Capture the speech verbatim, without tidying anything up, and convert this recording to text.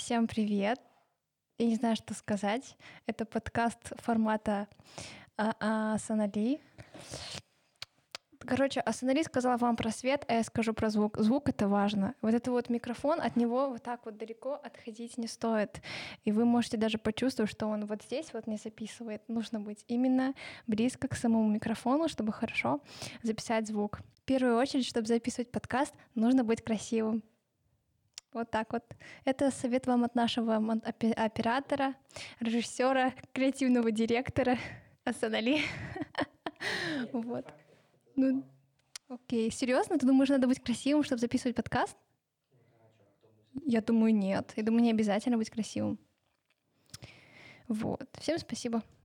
Всем привет! Я не знаю, что сказать. Это подкаст формата а, а, Асанали. Короче, Асанали сказала вам про свет, а я скажу про звук. Звук — это важно. Вот это вот микрофон, от него вот так вот далеко отходить не стоит. И вы можете даже почувствовать, что он вот здесь вот не записывает. Нужно быть именно близко к самому микрофону, чтобы хорошо записать звук. В первую очередь, чтобы записывать подкаст, нужно быть красивым. Вот так вот. Это совет вам от нашего оператора, режиссера, креативного директора Асанали. Вот. Ну, окей. Серьезно? Ты думаешь, надо быть красивым, чтобы записывать подкаст? Я думаю, нет. Я думаю, не обязательно быть красивым. Вот. Всем спасибо.